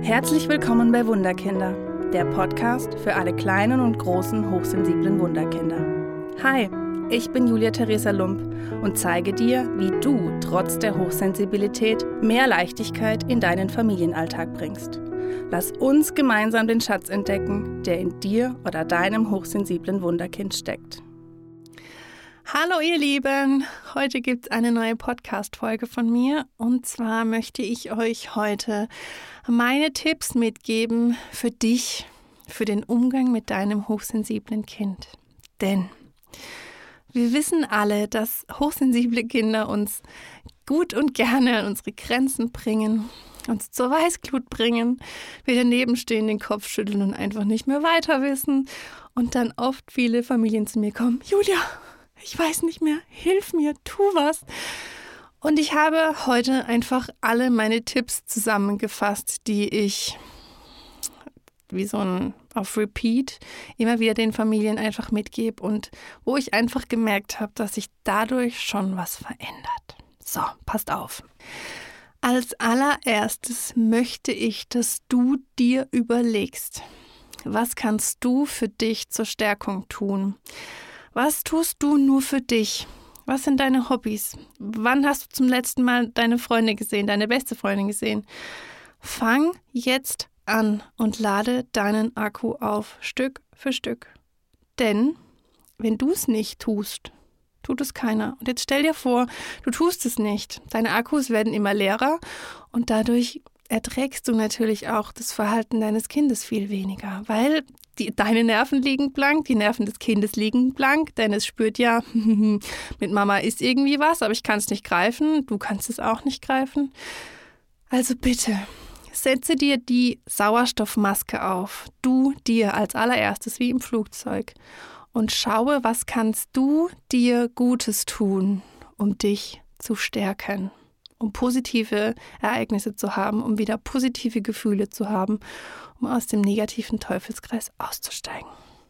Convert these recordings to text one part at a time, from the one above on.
Herzlich willkommen bei Wunderkinder, der Podcast für alle kleinen und großen hochsensiblen Wunderkinder. Hi, ich bin Julia Theresa Lump und zeige dir, wie du trotz der Hochsensibilität mehr Leichtigkeit in deinen Familienalltag bringst. Lass uns gemeinsam den Schatz entdecken, der in dir oder deinem hochsensiblen Wunderkind steckt. Hallo ihr Lieben, heute gibt es eine neue Podcast-Folge von mir und zwar möchte ich euch heute meine Tipps mitgeben für dich, für den Umgang mit deinem hochsensiblen Kind. Denn wir wissen alle, dass hochsensible Kinder uns gut und gerne an unsere Grenzen bringen, uns zur Weißglut bringen, wir daneben stehen, den Kopf schütteln und einfach nicht mehr weiter wissen und dann oft viele Familien zu mir kommen, Julia, ich weiß nicht mehr, hilf mir, tu was. Und ich habe heute einfach alle meine Tipps zusammengefasst, die ich wie so ein auf Repeat immer wieder den Familien einfach mitgebe und wo ich einfach gemerkt habe, dass sich dadurch schon was verändert. So, passt auf. Als allererstes möchte ich, dass du dir überlegst, was kannst du für dich zur Stärkung tun? Was tust du nur für dich? Was sind deine Hobbys? Wann hast du zum letzten Mal deine Freunde gesehen, deine beste Freundin gesehen? Fang jetzt an und lade deinen Akku auf, Stück für Stück. Denn wenn du es nicht tust, tut es keiner. Und jetzt stell dir vor, du tust es nicht. Deine Akkus werden immer leerer und dadurch erträgst du natürlich auch das Verhalten deines Kindes viel weniger, weil deine Nerven liegen blank, die Nerven des Kindes liegen blank, denn es spürt ja, mit Mama ist irgendwie was, aber ich kann es nicht greifen, du kannst es auch nicht greifen. Also bitte, setze dir die Sauerstoffmaske auf, du dir als allererstes wie im Flugzeug und schaue, was kannst du dir Gutes tun, um dich zu stärken, um positive Ereignisse zu haben, um wieder positive Gefühle zu haben, um aus dem negativen Teufelskreis auszusteigen.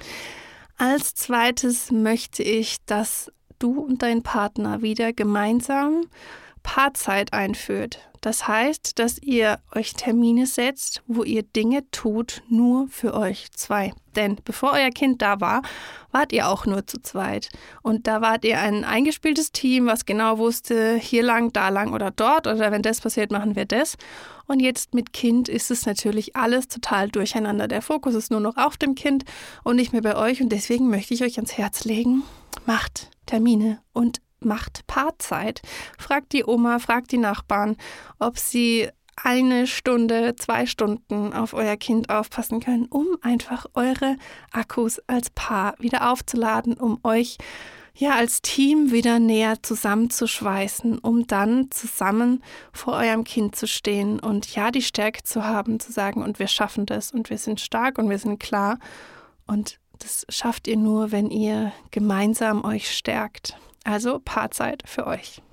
Als zweites möchte ich, dass du und dein Partner wieder gemeinsam Paarzeit einführt. Das heißt, dass ihr euch Termine setzt, wo ihr Dinge tut, nur für euch zwei. Denn bevor euer Kind da war, wart ihr auch nur zu zweit. Und da wart ihr ein eingespieltes Team, was genau wusste, hier lang, da lang oder dort. Oder wenn das passiert, machen wir das. Und jetzt mit Kind ist es natürlich alles total durcheinander. Der Fokus ist nur noch auf dem Kind und nicht mehr bei euch. Und deswegen möchte ich euch ans Herz legen, macht Termine und macht Paarzeit. Fragt die Oma, fragt die Nachbarn, ob sie 1 Stunde, 2 Stunden auf euer Kind aufpassen können, um einfach eure Akkus als Paar wieder aufzuladen, um euch ja als Team wieder näher zusammenzuschweißen, um dann zusammen vor eurem Kind zu stehen und ja, die Stärke zu haben, zu sagen, und wir schaffen das und wir sind stark und wir sind klar. Und das schafft ihr nur, wenn ihr gemeinsam euch stärkt. Also Paarzeit für euch.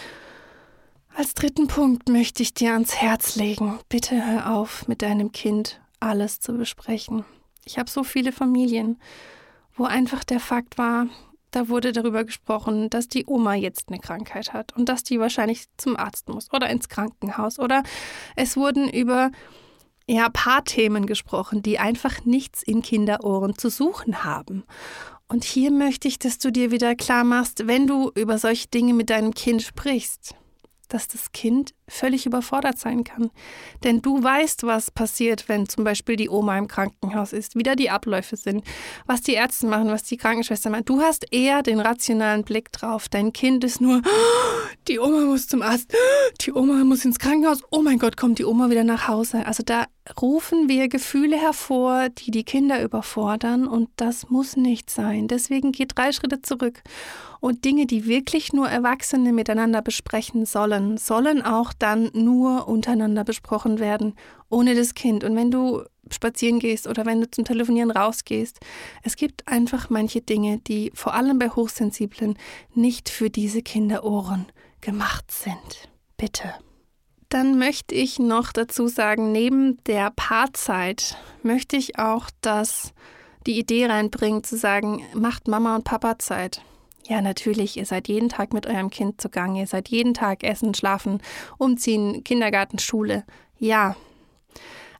Als dritten Punkt möchte ich dir ans Herz legen, bitte hör auf, mit deinem Kind alles zu besprechen. Ich habe so viele Familien, wo einfach der Fakt war, da wurde darüber gesprochen, dass die Oma jetzt eine Krankheit hat und dass die wahrscheinlich zum Arzt muss oder ins Krankenhaus. Oder es wurden über Paarthemen gesprochen, die einfach nichts in Kinderohren zu suchen haben. Und hier möchte ich, dass du dir wieder klar machst, wenn du über solche Dinge mit deinem Kind sprichst, dass das Kind völlig überfordert sein kann. Denn du weißt, was passiert, wenn zum Beispiel die Oma im Krankenhaus ist, wie da die Abläufe sind, was die Ärzte machen, was die Krankenschwester machen. Du hast eher den rationalen Blick drauf. Dein Kind ist nur, die Oma muss zum Arzt, die Oma muss ins Krankenhaus, oh mein Gott, kommt die Oma wieder nach Hause. Also da rufen wir Gefühle hervor, die die Kinder überfordern und das muss nicht sein. Deswegen geht 3 Schritte zurück. Und Dinge, die wirklich nur Erwachsene miteinander besprechen sollen auch dann nur untereinander besprochen werden, ohne das Kind. Und wenn du spazieren gehst oder wenn du zum Telefonieren rausgehst, es gibt einfach manche Dinge, die vor allem bei Hochsensiblen nicht für diese Kinderohren gemacht sind. Bitte. Dann möchte ich noch dazu sagen, neben der Paarzeit möchte ich auch, dass die Idee reinbringt, zu sagen, macht Mama und Papa Zeit. Ja, natürlich, ihr seid jeden Tag mit eurem Kind zugange, ihr seid jeden Tag essen, schlafen, umziehen, Kindergarten, Schule. Ja,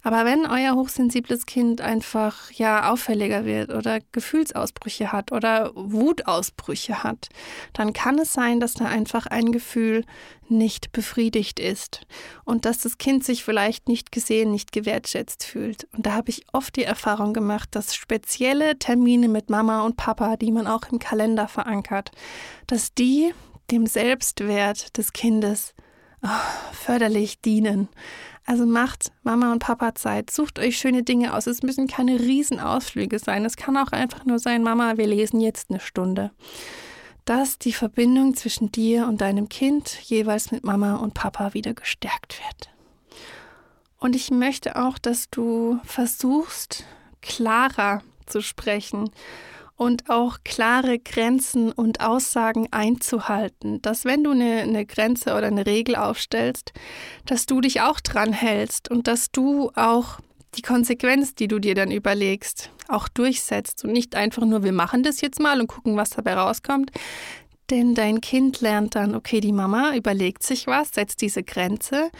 Aber wenn euer hochsensibles Kind einfach auffälliger wird oder Gefühlsausbrüche hat oder Wutausbrüche hat, dann kann es sein, dass da einfach ein Gefühl nicht befriedigt ist und dass das Kind sich vielleicht nicht gesehen, nicht gewertschätzt fühlt. Und da habe ich oft die Erfahrung gemacht, dass spezielle Termine mit Mama und Papa, die man auch im Kalender verankert, dass die dem Selbstwert des Kindes förderlich dienen. Also macht Mama und Papa Zeit, sucht euch schöne Dinge aus. Es müssen keine Riesenausflüge sein. Es kann auch einfach nur sein, Mama, wir lesen jetzt eine Stunde. Dass die Verbindung zwischen dir und deinem Kind jeweils mit Mama und Papa wieder gestärkt wird. Und ich möchte auch, dass du versuchst, klarer zu sprechen und auch klare Grenzen und Aussagen einzuhalten. Dass wenn du eine Grenze oder eine Regel aufstellst, dass du dich auch dran hältst und dass du auch die Konsequenz, die du dir dann überlegst, auch durchsetzt und nicht einfach nur, wir machen das jetzt mal und gucken, was dabei rauskommt. Denn dein Kind lernt dann, okay, die Mama überlegt sich was, setzt diese Grenze,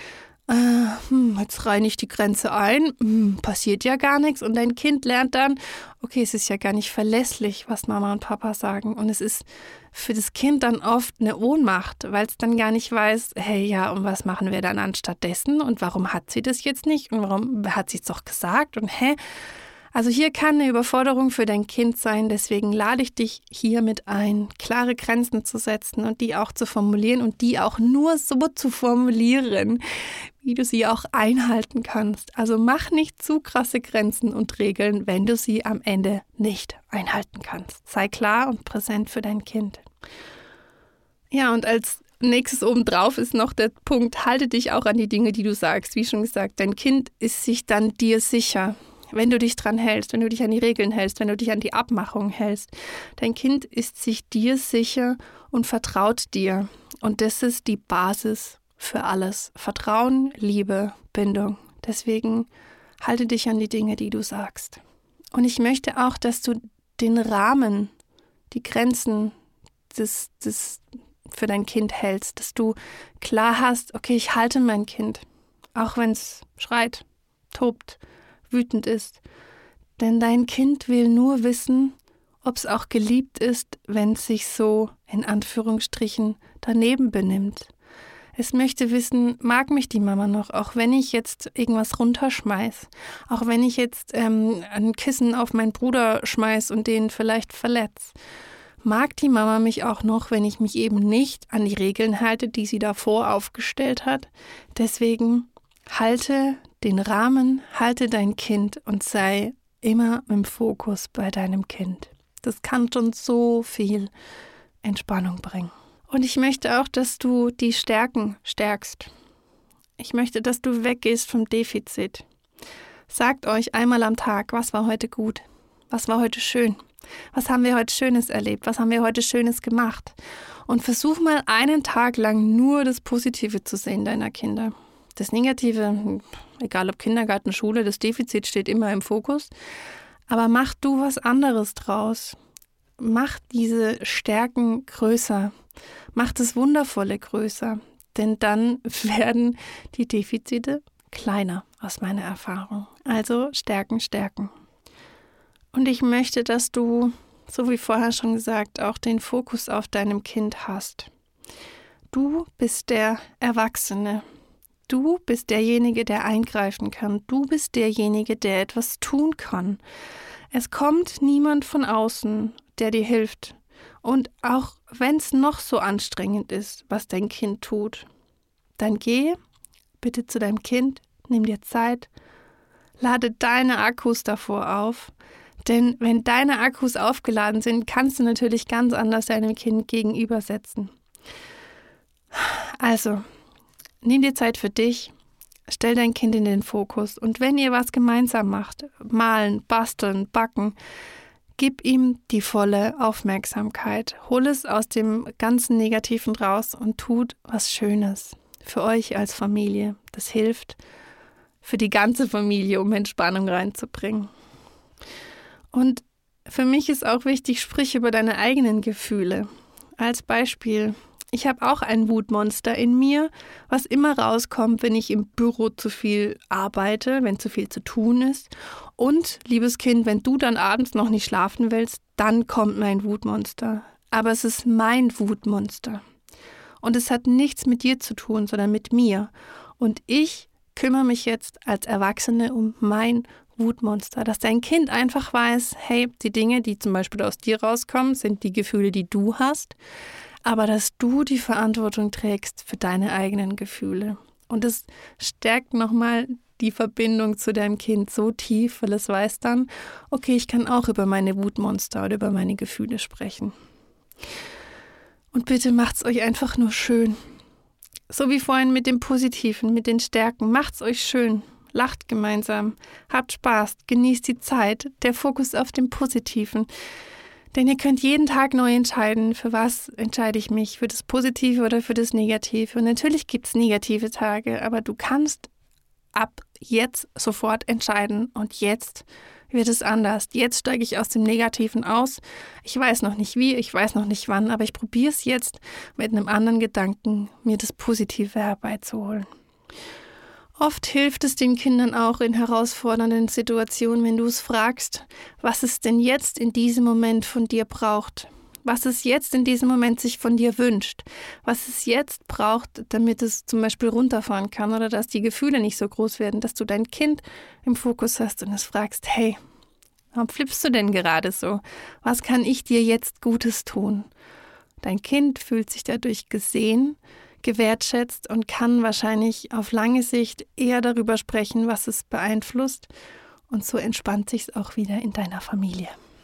jetzt reine ich die Grenze ein, passiert ja gar nichts. Und dein Kind lernt dann, okay, es ist ja gar nicht verlässlich, was Mama und Papa sagen. Und es ist für das Kind dann oft eine Ohnmacht, weil es dann gar nicht weiß, hey, ja, und was machen wir dann anstattdessen? Und warum hat sie das jetzt nicht? Und warum hat sie es doch gesagt? Und Also hier kann eine Überforderung für dein Kind sein, deswegen lade ich dich hiermit ein, klare Grenzen zu setzen und die auch zu formulieren und die auch nur so zu formulieren, wie du sie auch einhalten kannst. Also mach nicht zu krasse Grenzen und Regeln, wenn du sie am Ende nicht einhalten kannst. Sei klar und präsent für dein Kind. Ja, und als nächstes obendrauf ist noch der Punkt, halte dich auch an die Dinge, die du sagst. Wie schon gesagt, dein Kind ist sich dann dir sicher. Wenn du dich dran hältst, wenn du dich an die Regeln hältst, wenn du dich an die Abmachung hältst. Dein Kind ist sich dir sicher und vertraut dir. Und das ist die Basis für alles. Vertrauen, Liebe, Bindung. Deswegen halte dich an die Dinge, die du sagst. Und ich möchte auch, dass du den Rahmen, die Grenzen für dein Kind hältst. Dass du klar hast, okay, ich halte mein Kind. Auch wenn es schreit, tobt, wütend ist. Denn dein Kind will nur wissen, ob es auch geliebt ist, wenn es sich so, in Anführungsstrichen, daneben benimmt. Es möchte wissen, mag mich die Mama noch, auch wenn ich jetzt irgendwas runterschmeiß, auch wenn ich jetzt ein Kissen auf meinen Bruder schmeiß und den vielleicht verletze. Mag die Mama mich auch noch, wenn ich mich eben nicht an die Regeln halte, die sie davor aufgestellt hat. Deswegen halte den Rahmen, halte dein Kind und sei immer im Fokus bei deinem Kind. Das kann schon so viel Entspannung bringen. Und ich möchte auch, dass du die Stärken stärkst. Ich möchte, dass du weggehst vom Defizit. Sagt euch einmal am Tag, was war heute gut? Was war heute schön? Was haben wir heute Schönes erlebt? Was haben wir heute Schönes gemacht? Und versuch mal einen Tag lang nur das Positive zu sehen deiner Kinder. Das Negative, egal ob Kindergarten, Schule, das Defizit steht immer im Fokus. Aber mach du was anderes draus. Mach diese Stärken größer. Mach das Wundervolle größer. Denn dann werden die Defizite kleiner, aus meiner Erfahrung. Also Stärken, Stärken. Und ich möchte, dass du, so wie vorher schon gesagt, auch den Fokus auf deinem Kind hast. Du bist der Erwachsene. Du bist derjenige, der eingreifen kann. Du bist derjenige, der etwas tun kann. Es kommt niemand von außen, der dir hilft. Und auch wenn es noch so anstrengend ist, was dein Kind tut, dann geh bitte zu deinem Kind, nimm dir Zeit, lade deine Akkus davor auf. Denn wenn deine Akkus aufgeladen sind, kannst du natürlich ganz anders deinem Kind gegenübersetzen. Also, nimm dir Zeit für dich, stell dein Kind in den Fokus und wenn ihr was gemeinsam macht, malen, basteln, backen, gib ihm die volle Aufmerksamkeit. Hol es aus dem ganzen Negativen raus und tut was Schönes für euch als Familie. Das hilft für die ganze Familie, um Entspannung reinzubringen. Und für mich ist auch wichtig, sprich über deine eigenen Gefühle. Als Beispiel, Ich habe auch ein Wutmonster in mir, was immer rauskommt, wenn ich im Büro zu viel arbeite, wenn zu viel zu tun ist. Und, liebes Kind, wenn du dann abends noch nicht schlafen willst, dann kommt mein Wutmonster. Aber es ist mein Wutmonster. Und es hat nichts mit dir zu tun, sondern mit mir. Und ich kümmere mich jetzt als Erwachsene um mein Wutmonster, dass dein Kind einfach weiß, hey, die Dinge, die zum Beispiel aus dir rauskommen, sind die Gefühle, die du hast, aber dass du die Verantwortung trägst für deine eigenen Gefühle. Und es stärkt nochmal die Verbindung zu deinem Kind so tief, weil es weiß dann, okay, ich kann auch über meine Wutmonster oder über meine Gefühle sprechen. Und bitte macht's euch einfach nur schön. So wie vorhin mit dem Positiven, mit den Stärken. Macht's euch schön. Lacht gemeinsam. Habt Spaß. Genießt die Zeit. Der Fokus auf dem Positiven. Denn ihr könnt jeden Tag neu entscheiden, für was entscheide ich mich, für das Positive oder für das Negative. Und natürlich gibt es negative Tage, aber du kannst ab jetzt sofort entscheiden. Und jetzt wird es anders. Jetzt steige ich aus dem Negativen aus. Ich weiß noch nicht wie, ich weiß noch nicht wann, aber ich probiere es jetzt mit einem anderen Gedanken, mir das Positive herbeizuholen. Oft hilft es den Kindern auch in herausfordernden Situationen, wenn du es fragst, was es denn jetzt in diesem Moment von dir braucht, was es jetzt in diesem Moment sich von dir wünscht, was es jetzt braucht, damit es zum Beispiel runterfahren kann oder dass die Gefühle nicht so groß werden, dass du dein Kind im Fokus hast und es fragst, hey, warum flippst du denn gerade so? Was kann ich dir jetzt Gutes tun? Dein Kind fühlt sich dadurch gesehen, gewertschätzt und kann wahrscheinlich auf lange Sicht eher darüber sprechen, was es beeinflusst. Und so entspannt sich es auch wieder in deiner Familie.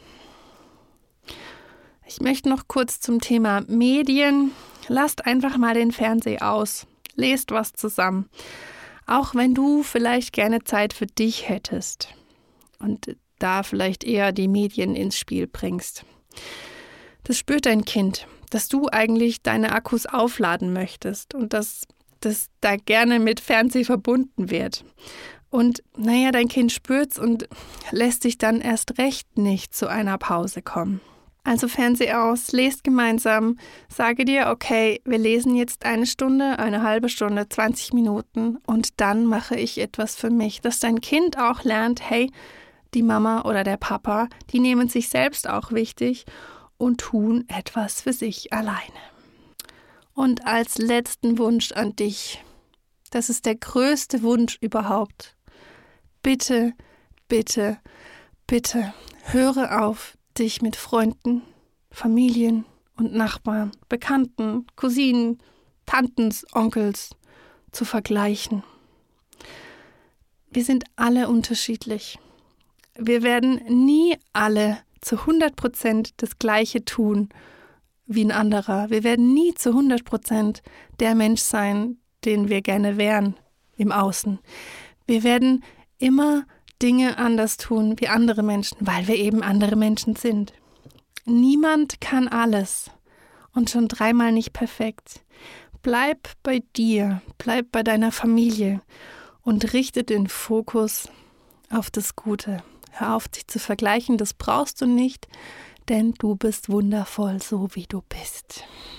Ich möchte noch kurz zum Thema Medien. Lasst einfach mal den Fernseher aus. Lest was zusammen. Auch wenn du vielleicht gerne Zeit für dich hättest und da vielleicht eher die Medien ins Spiel bringst. Das spürt dein Kind, dass du eigentlich deine Akkus aufladen möchtest und dass das da gerne mit Fernseh verbunden wird. Und dein Kind spürt's und lässt dich dann erst recht nicht zu einer Pause kommen. Also Fernseh aus, lest gemeinsam, sage dir, okay, wir lesen jetzt 1 Stunde, 1/2 Stunde, 20 Minuten und dann mache ich etwas für mich, dass dein Kind auch lernt, hey, die Mama oder der Papa, die nehmen sich selbst auch wichtig und tun etwas für sich alleine. Und als letzten Wunsch an dich, das ist der größte Wunsch überhaupt. Bitte, bitte, bitte, höre auf, dich mit Freunden, Familien und Nachbarn, Bekannten, Cousinen, Tantens, Onkels zu vergleichen. Wir sind alle unterschiedlich. Wir werden nie alle zu 100% das Gleiche tun wie ein anderer. Wir werden nie zu 100% der Mensch sein, den wir gerne wären im Außen. Wir werden immer Dinge anders tun wie andere Menschen, weil wir eben andere Menschen sind. Niemand kann alles und schon 3-mal nicht perfekt. Bleib bei dir, bleib bei deiner Familie und richte den Fokus auf das Gute. Hör auf, dich zu vergleichen, das brauchst du nicht, denn du bist wundervoll, so wie du bist.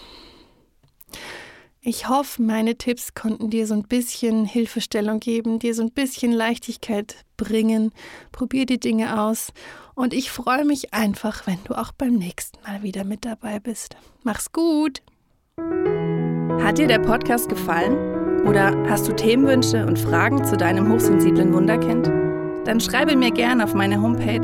Ich hoffe, meine Tipps konnten dir so ein bisschen Hilfestellung geben, dir so ein bisschen Leichtigkeit bringen. Probier die Dinge aus und ich freue mich einfach, wenn du auch beim nächsten Mal wieder mit dabei bist. Mach's gut! Hat dir der Podcast gefallen? Oder hast du Themenwünsche und Fragen zu deinem hochsensiblen Wunderkind? Dann schreibe mir gerne auf meine Homepage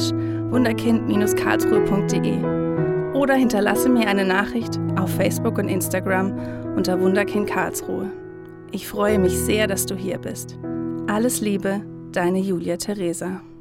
wunderkind-karlsruhe.de oder hinterlasse mir eine Nachricht auf Facebook und Instagram unter Wunderkind Karlsruhe. Ich freue mich sehr, dass du hier bist. Alles Liebe, deine Julia Theresa.